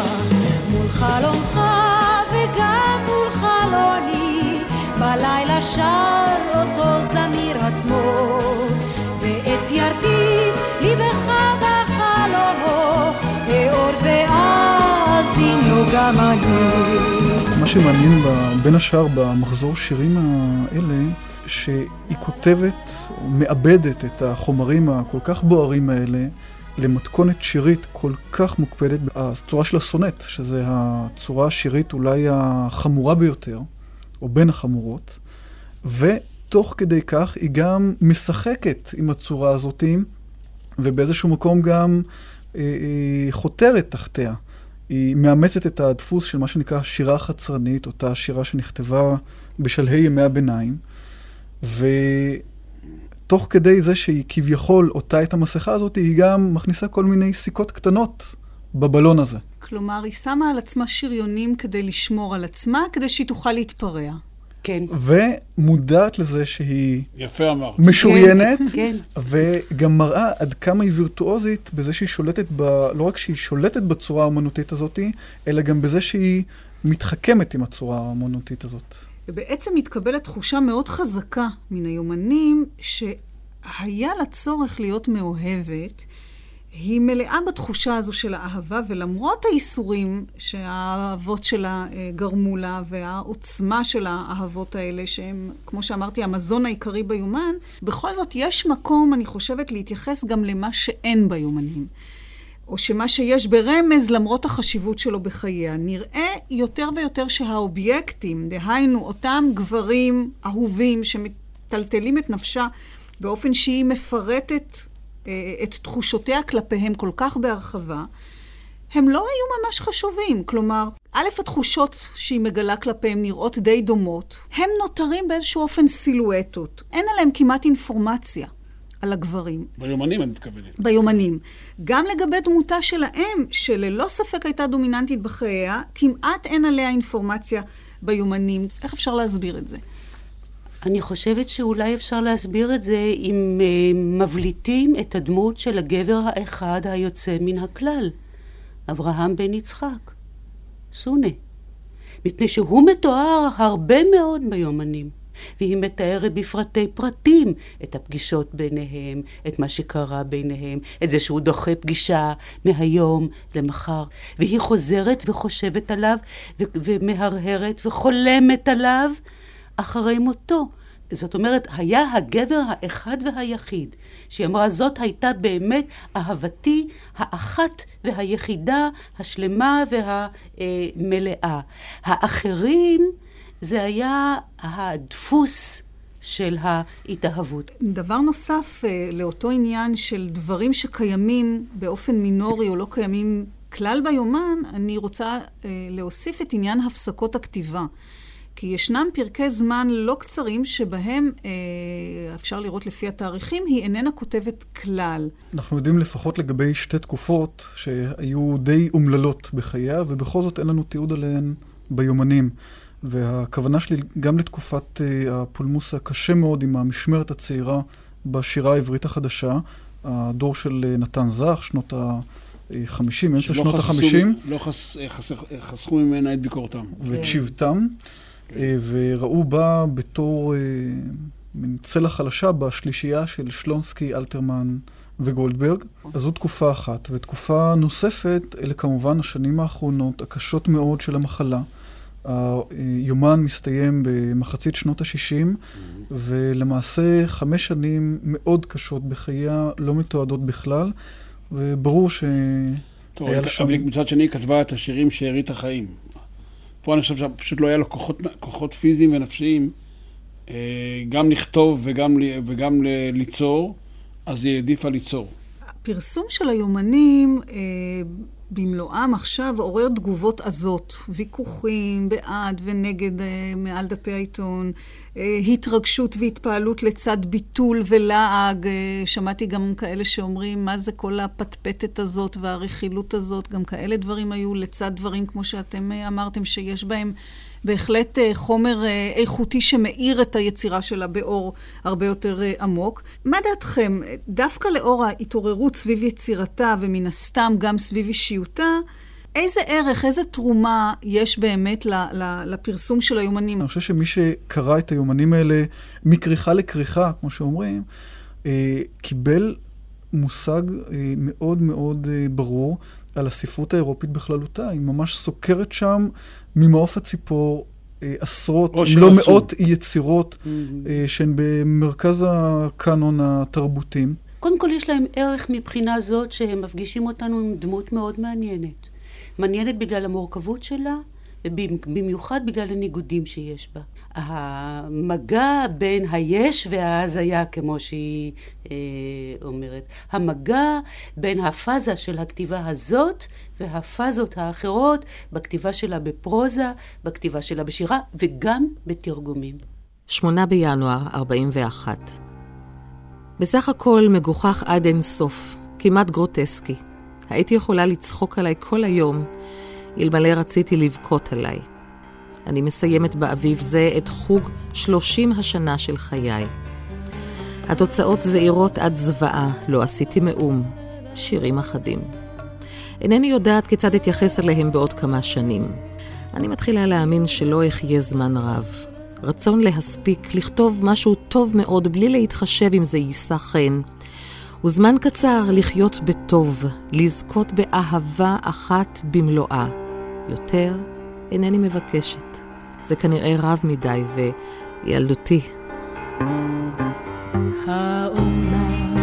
[SPEAKER 8] מול חלונך וגם מול חלוני, בלילה שר אותו זמיר עצמו, ואת ירתי ליבך בחלומו, אור ואזין לו גם אני.
[SPEAKER 7] מה שמעניין בין השאר במחזור שירים האלה, שהיא כותבת, מאבדת את החומרים הכל כך בוערים האלה למתכונת שירית כל כך מוקפדת. הצורה של הסונט, שזה הצורה השירית אולי החמורה ביותר, או בין החמורות, ותוך כדי כך היא גם משחקת עם הצורה הזאת, ובאיזשהו מקום גם אה, אה, חותרת תחתיה. היא מאמצת את הדפוס של מה שנקרא שירה חצרנית, אותה שירה שנכתבה בשלהי ימי הביניים, ותוך כדי זה שהיא כביכול אותה את המסכה הזאת, היא גם מכניסה כל מיני סיכות קטנות בבלון הזה.
[SPEAKER 4] כלומר, היא שמה על עצמה שריונים כדי לשמור על עצמה, כדי שהיא תוכל להתפרע.
[SPEAKER 5] כן.
[SPEAKER 7] ומודעת לזה שהיא
[SPEAKER 6] יפה אמר.
[SPEAKER 7] משוריינת,
[SPEAKER 5] כן.
[SPEAKER 7] וגם מראה עד כמה היא וירטואוזית בזה שהיא שולטת, ב... לא רק שהיא שולטת בצורה האמנותית הזאת, אלא גם בזה שהיא מתחכמת עם הצורה האמנותית הזאת.
[SPEAKER 4] ובעצם מתקבלת תחושה מאוד חזקה מן היומנים, שהיה לה צורך להיות מאוהבת, היא מלאה בתחושה הזו של האהבה, ולמרות האיסורים שהאהבות שלה גרמו לה, והעוצמה של האהבות האלה, שהם, כמו שאמרתי, המזון העיקרי ביומן, בכל זאת יש מקום, אני חושבת, להתייחס גם למה שאין ביומנים. או שמה שיש ברמז, למרות החשיבות שלו בחייה. נראה יותר ויותר שהאובייקטים, דהיינו אותם גברים אהובים שמטלטלים את נפשה באופן שהיא מפרטת את תחושותיה כלפיהם כל כך בהרחבה, הם לא היו ממש חשובים. כלומר, א', התחושות שהיא מגלה כלפיהם נראות די דומות, הם נותרים באיזשהו אופן סילואטות. אין עליהם כמעט אינפורמציה על הגברים.
[SPEAKER 6] ביומנים אני מתכוונת.
[SPEAKER 4] ביומנים. גם לגבי דמותה של האם, שללא ספק הייתה דומיננטית בחייה, כמעט אין עליה אינפורמציה ביומנים. איך אפשר להסביר את זה?
[SPEAKER 5] אני חושבת שאולי אפשר להסביר את זה אם uh, מבליטים את הדמות של הגבר האחד היוצא מן הכלל, אברהם בן יצחק, סונה. מפני שהוא מתואר הרבה מאוד ביומנים, והיא מתארת בפרטי פרטים את הפגישות ביניהם, את מה שקרה ביניהם, את זה שהוא דוחה פגישה מהיום למחר, והיא חוזרת וחושבת עליו ו- ומהרהרת וחולמת עליו אחרי מותו. זאת אומרת, היה הגבר האחד והיחיד, שהיא אמרה, זאת הייתה באמת אהבתי האחת והיחידה, השלמה והמלאה. האחרים, זה היה הדפוס של ההתאהבות.
[SPEAKER 4] דבר נוסף לאותו עניין של דברים שקיימים באופן מינורי או לא קיימים כלל ביומן, אני רוצה להוסיף את עניין הפסקות הכתיבה. כי ישנם פרקי זמן לא קצרים שבהם, אפשר לראות לפי התאריכים, היא איננה כותבת כלל.
[SPEAKER 7] אנחנו יודעים לפחות לגבי שתי תקופות שהיו די אומללות בחייה, ובכל זאת אין לנו תיעוד עליהן ביומנים. והכוונה שלי גם לתקופת הפולמוס הקשה מאוד עם המשמרת הצעירה בשירה העברית החדשה, הדור של נתן זך, שנות ה-חמישים, אמצע שנות ה-חמישים.
[SPEAKER 6] שלא חסכו ממנה את ביקורתם.
[SPEAKER 7] ואת שבטם, וראו בה בתור מין צלע חלשה בשלישייה של שלונסקי, אלתרמן וגולדברג. אז זו תקופה אחת. ותקופה נוספת, אלה כמובן השנים האחרונות, הקשות מאוד של המחלה. היומן מסתיים במחצית שנות ה-שישים, ולמעשה חמש שנים מאוד קשות בחייה, לא מתועדות בכלל, וברור ש...
[SPEAKER 6] טוב, אבל מצד שני כתבה את השירים שארית החיים. פה אני חושב שפשוט לא היה לו כוחות, כוחות פיזיים ונפשיים, גם לכתוב וגם, וגם ליצור, אז היא העדיפה ליצור.
[SPEAKER 4] הפרסום של היומנים במלואם עכשיו עורר תגובות עזות, ויכוחים בעד ונגד מעל דפי העיתון, התרגשות והתפעלות לצד ביטול ולעג. שמעתי גם כאלה שאומרים מה זה כל הפטפטת הזאת והרכילות הזאת, גם כאלה דברים היו לצד דברים כמו שאתם אמרתם שיש בהם בהחלט חומר איכותי שמאיר את היצירה שלה באור הרבה יותר עמוק. מה דעתכם? דווקא לאור ההתעוררות סביב יצירתה ומן הסתם גם סביב אישיותה, איזה ערך, איזה תרומה יש באמת לפרסום של היומנים?
[SPEAKER 7] אני חושב שמי שקרא את היומנים האלה מכריכה לכריכה, כמו שאומרים, קיבל מושג מאוד מאוד ברור על הספרות האירופית בכללותה. היא ממש סוקרת שם ממעוף הציפור עשרות, אם לא מאות יצירות mm-hmm. שהן במרכז הקאנון התרבותים.
[SPEAKER 5] קודם כל יש להם ערך מבחינה זאת שהם מפגישים אותנו עם דמות מאוד מעניינת. מעניינת בגלל המורכבות שלה, ובמיוחד בגלל הניגודים שיש בה. המגע בין היש וההזיה, כמו שהיא אה, אומרת. המגע בין הפאזה של הכתיבה הזאת והפאזות האחרות, בכתיבה שלה בפרוזה, בכתיבה שלה בשירה, וגם בתרגומים.
[SPEAKER 2] שמונה בינואר ארבעים ואחת. בסך הכל מגוחך עד אין סוף, כמעט גרוטסקי. הייתי יכולה לצחוק עליי כל היום, אלמלא רציתי לבכות עליי. אני מסיימת באביב זה את חוג שלושים השנה של חיי. התוצאות זהירות עד זוועה, לא עשיתי מאום, שירים אחדים. אינני יודעת כיצד אתייחס עליהם בעוד כמה שנים. אני מתחילה להאמין שלא אחיה זמן רב. רצון להספיק, לכתוב משהו טוב מאוד בלי להתחשב אם זה יישא חן. וזמן קצר לחיות בטוב, לזכות באהבה אחת במלואה. יותר אינני מבקשת. זה כנראה רב מדי וילדותי.
[SPEAKER 8] האומנם,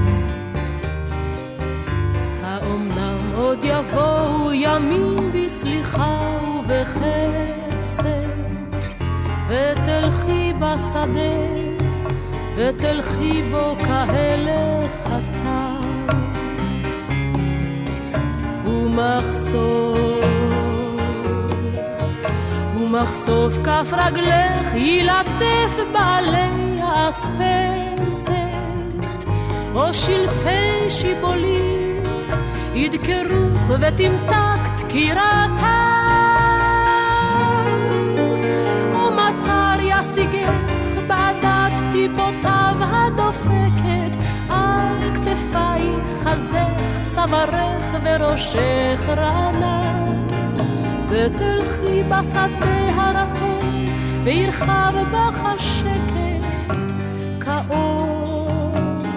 [SPEAKER 8] האומנם עוד יבואו ימים בסליחה ובחסד, ותלכי בשדה, ותלכי בו כהלך הכתב, ומחשוף, ומחשוף כף רגלך ילטף בעלי האספסת, או שלפי שיבולים ידקרוך ותמתק דקירתה, או מטר ישיגך בעדת טיפותיו הדופקת על כתפייך, חזך, צווארך וראשך רענן, ותלכי בשדה הרטון וירחב בך השקט כאור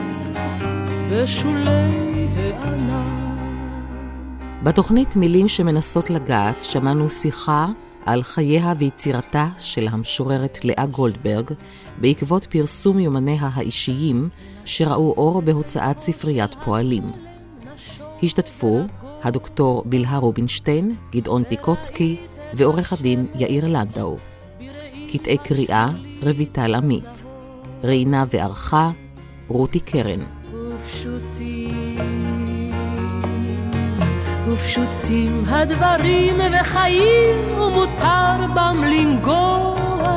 [SPEAKER 8] בשולי הענן.
[SPEAKER 2] בתוכנית מילים שמנסות לגעת שמענו שיחה על חייה ויצירתה של המשוררת לאה גולדברג בעקבות פרסום יומניה האישיים שראו אור בהוצאת ספריית פועלים. השתתפו הדוקטור בלהה רובינשטיין, גדעון טיקוצקי ועורך הדין יאיר לנדאו. קטעי קריאה רויטל עמית. ראינה וערכה רותי קרן.
[SPEAKER 8] ופשוטים, ופשוטים הדברים וחיים, ומותר בם לנגוע,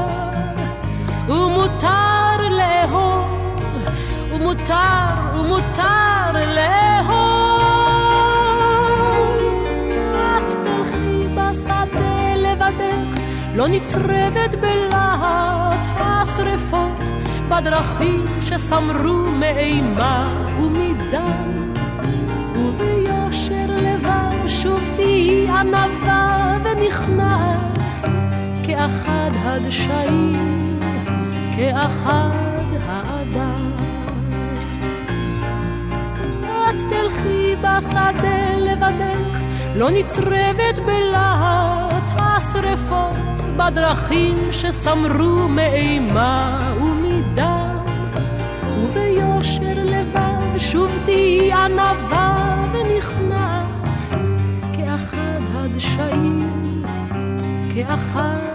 [SPEAKER 8] ומותר לאהוב, ומותר, ומותר לאהוב. את תלכי בשדה לבדך, לא נצרבת בלהט השרפות, בדרכים שסמרו מאימה ומדם, וביושר לבב שוב תהי ענווה ונכנעת, כאחד הדשאים, כאחד האדם. את תלכי בשדה לבדך, לא נצרבת בלהט השרפות, בדרכים שסמרו מאימה ומדם, וביושר לבב שוב תהי ענווה ונכנעת, כאחד הדשאים, כאחד